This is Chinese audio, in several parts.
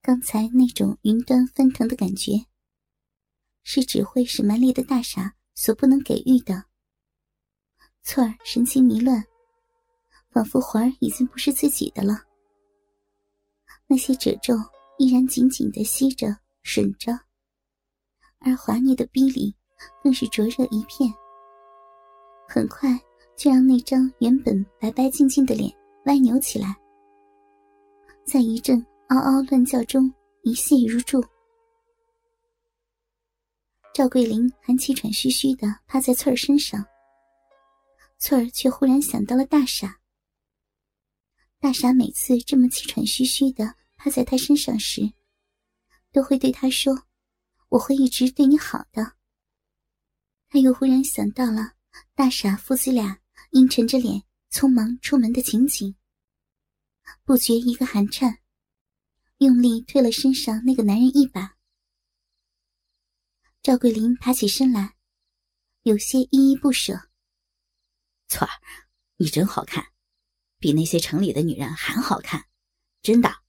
刚才那种云端翻腾的感觉，是只会使蛮力的大傻所不能给予的。翠儿神情迷乱，仿佛环儿已经不是自己的了。那些褶皱依然紧紧地吸着吮着，而滑腻的逼里更是灼热一片，很快就让那张原本白白净净的脸歪扭起来，在一阵嗷嗷乱叫中一泻如注。赵桂林还气喘吁吁地趴在翠儿身上，翠儿却忽然想到了大傻。大傻每次这么气喘吁吁地趴在他身上时，都会对他说：“我会一直对你好的。”他又忽然想到了大傻父子俩阴沉着脸匆忙出门的情景，不觉一个寒颤，用力推了身上那个男人一把。赵桂林爬起身来，有些依依不舍：“ 翠儿，你真好看，比那些城里的女人还好看，真的。”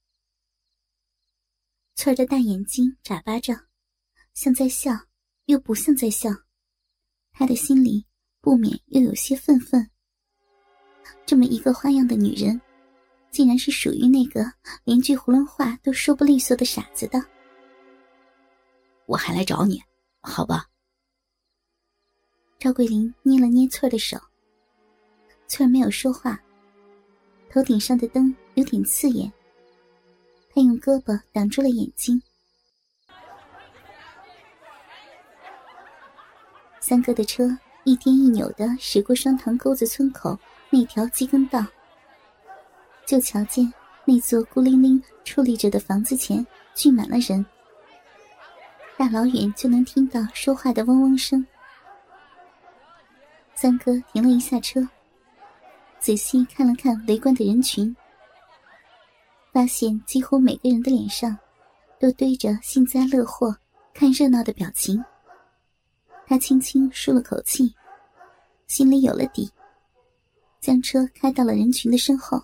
翠儿的大眼睛眨巴着，像在笑又不像在笑，她的心里不免又有些愤愤。这么一个花样的女人，竟然是属于那个连句囫囵话都说不利索的傻子的。 我还来找你，好吧？ 赵桂林捏了捏翠儿的手，翠儿没有说话，头顶上的灯有点刺眼，她用胳膊挡住了眼睛。三哥的车一颠一扭地驶过双塘沟子村口那条机耕道，就瞧见那座孤零零矗立着的房子前聚满了人，大老远就能听到说话的嗡嗡声。三哥停了一下车，仔细看了看围观的人群，发现几乎每个人的脸上都堆着幸灾乐祸看热闹的表情。他轻轻舒了口气，心里有了底，将车开到了人群的身后。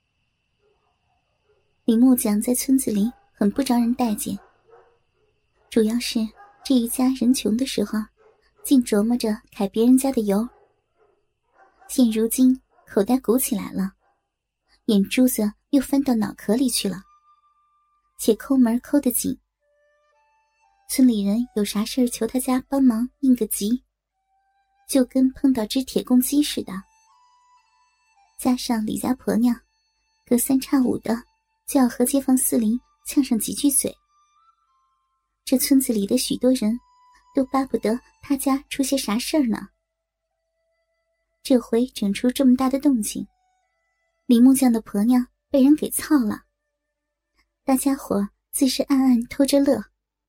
李木匠在村子里很不招人待见，主要是这一家人穷的时候净琢磨着揩别人家的油，现如今口袋鼓起来了，眼珠子又翻到脑壳里去了，且抠门抠得紧。村里人有啥事儿求他家帮忙应个急，就跟碰到只铁公鸡似的。加上李家婆娘隔三差五的就要和街坊四邻呛上几句嘴，这村子里的许多人都巴不得他家出些啥事儿呢。这回整出这么大的动静，李木匠的婆娘被人给操了，大家伙自是暗暗偷着乐，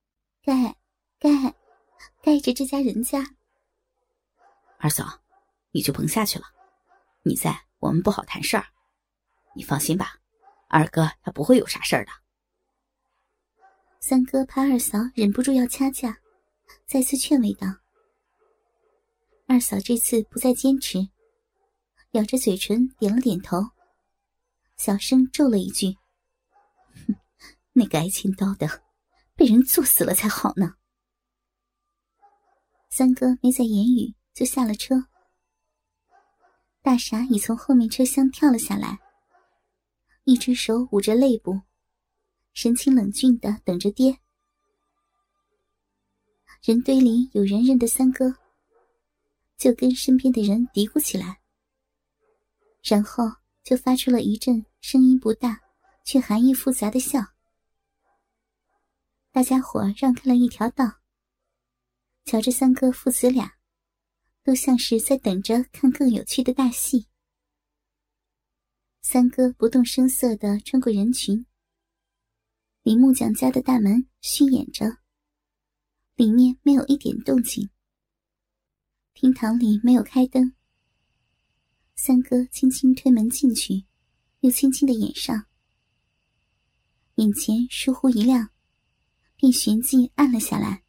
盖着这家人家。 二嫂，你就甭下去了，你在我们不好谈事儿。你放心吧，二哥他不会有啥事儿的。 三哥怕二嫂忍不住要掐架，再次劝慰道。二嫂这次不再坚持，咬着嘴唇点了点头，小声咒了一句：“哼，那个挨千刀的，被人做死了才好呢。”三哥没再言语，就下了车。大傻已从后面车厢跳了下来，一只手捂着肋部，神情冷峻地等着爹。人堆里有人认得三哥，就跟身边的人嘀咕起来，然后就发出了一阵声音不大却含义复杂的笑。大家伙让开了一条道，瞧着三哥父子俩都像是在等着看更有趣的大戏。三哥不动声色地穿过人群，李木匠家的大门虚掩着，里面没有一点动静。厅堂里没有开灯，三哥轻轻推门进去，又轻轻地掩上，眼前疏忽一亮，便旋即暗了下来。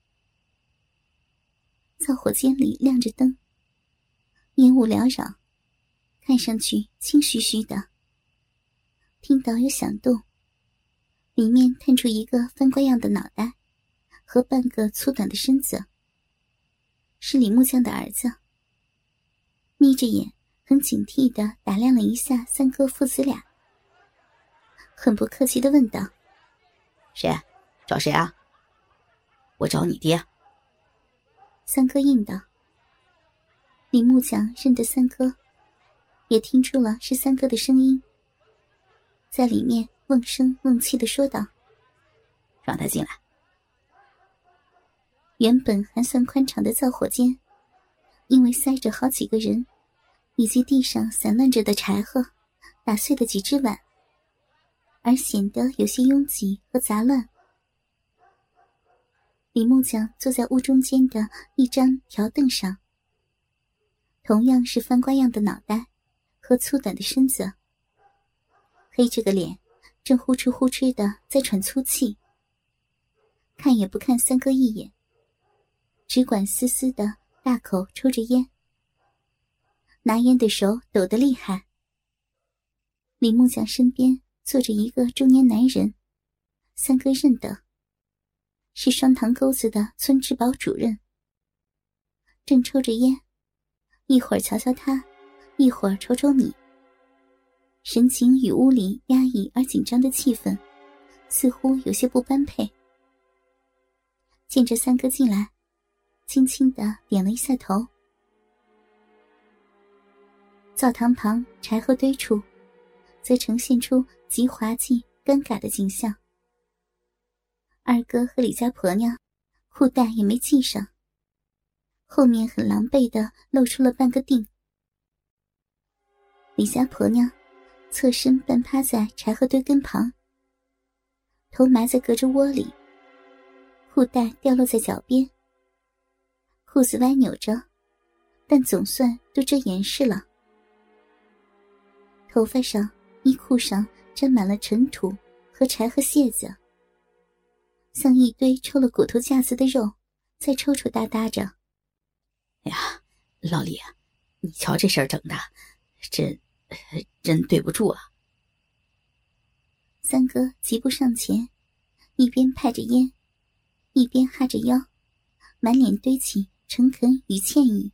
灶火间里亮着灯，烟雾缭绕，看上去清虚虚的。听到有响动， 里面探出一个翻瓜样的脑袋和半个粗短的身子，是李木匠的儿子。眯着眼，很警惕地打量了一下三哥父子俩，很不客气地问道： 谁？找谁啊？我找你爹。 三哥应道。李木匠认得三哥，也听出了是三哥的声音，在里面瓮声瓮气地说道： 让他进来。 原本还算宽敞的灶火间，因为塞着好几个人，以及地上散乱着的柴禾打碎的几只碗，而显得有些拥挤和杂乱。李木匠坐在屋中间的一张条凳上，同样是翻瓜样的脑袋和粗短的身子，黑着个脸正呼哧呼哧的在喘粗气，看也不看三哥一眼，只管嘶嘶的大口抽着烟，拿烟的手抖得厉害。李木匠身边坐着一个中年男人，三哥认得，是双塘沟子的村治保主任，正抽着烟，一会儿瞧瞧他，一会儿瞅瞅你，神情与屋里压抑而紧张的气氛似乎有些不般配。见着三哥进来，轻轻地点了一下头。灶堂旁柴禾堆处则呈现出极滑稽尴尬的景象。二哥和李家婆娘裤带也没系上，后面很狼狈地露出了半个腚。李家婆娘侧身半趴在柴禾堆根旁，头埋在隔着窝里，裤带掉落在脚边，裤子歪扭着，但总算都遮严实了。头发上、衣裤上沾满了尘土和柴禾屑子，像一堆抽了骨头架子的肉在抽抽搭搭着。 哎呀，老李，你瞧这事儿整的，真对不住啊。 三哥急步上前，一边派着烟，一边哈着腰，满脸堆起诚恳与歉意。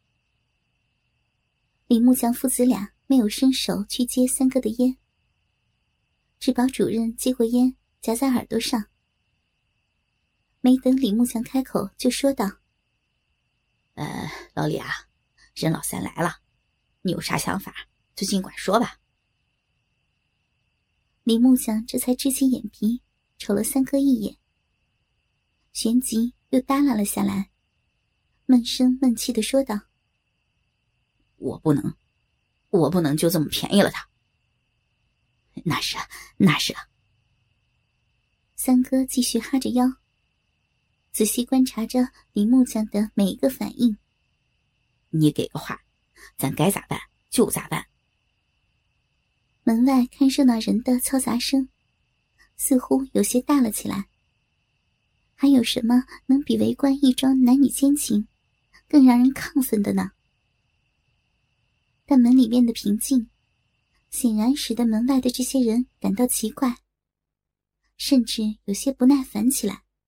李木匠父子俩没有伸手去接三哥的烟，治保主任接过烟夹在耳朵上，没等李木匠开口就说道： 老李啊，任老三来了，你有啥想法就尽管说吧。 李木匠这才支起眼皮瞅了三哥一眼，旋即又耷拉了下来，闷声闷气地说道： 我不能就这么便宜了他。那是啊。 三哥继续哈着腰，仔细观察着李木匠的每一个反应。 你给个话，咱该咋办就咋办。 门外看热闹人的嘈杂声似乎有些大了起来，还有什么能比围观一桩男女奸情更让人亢奋的呢？但门里面的平静显然使得门外的这些人感到奇怪，甚至有些不耐烦起来。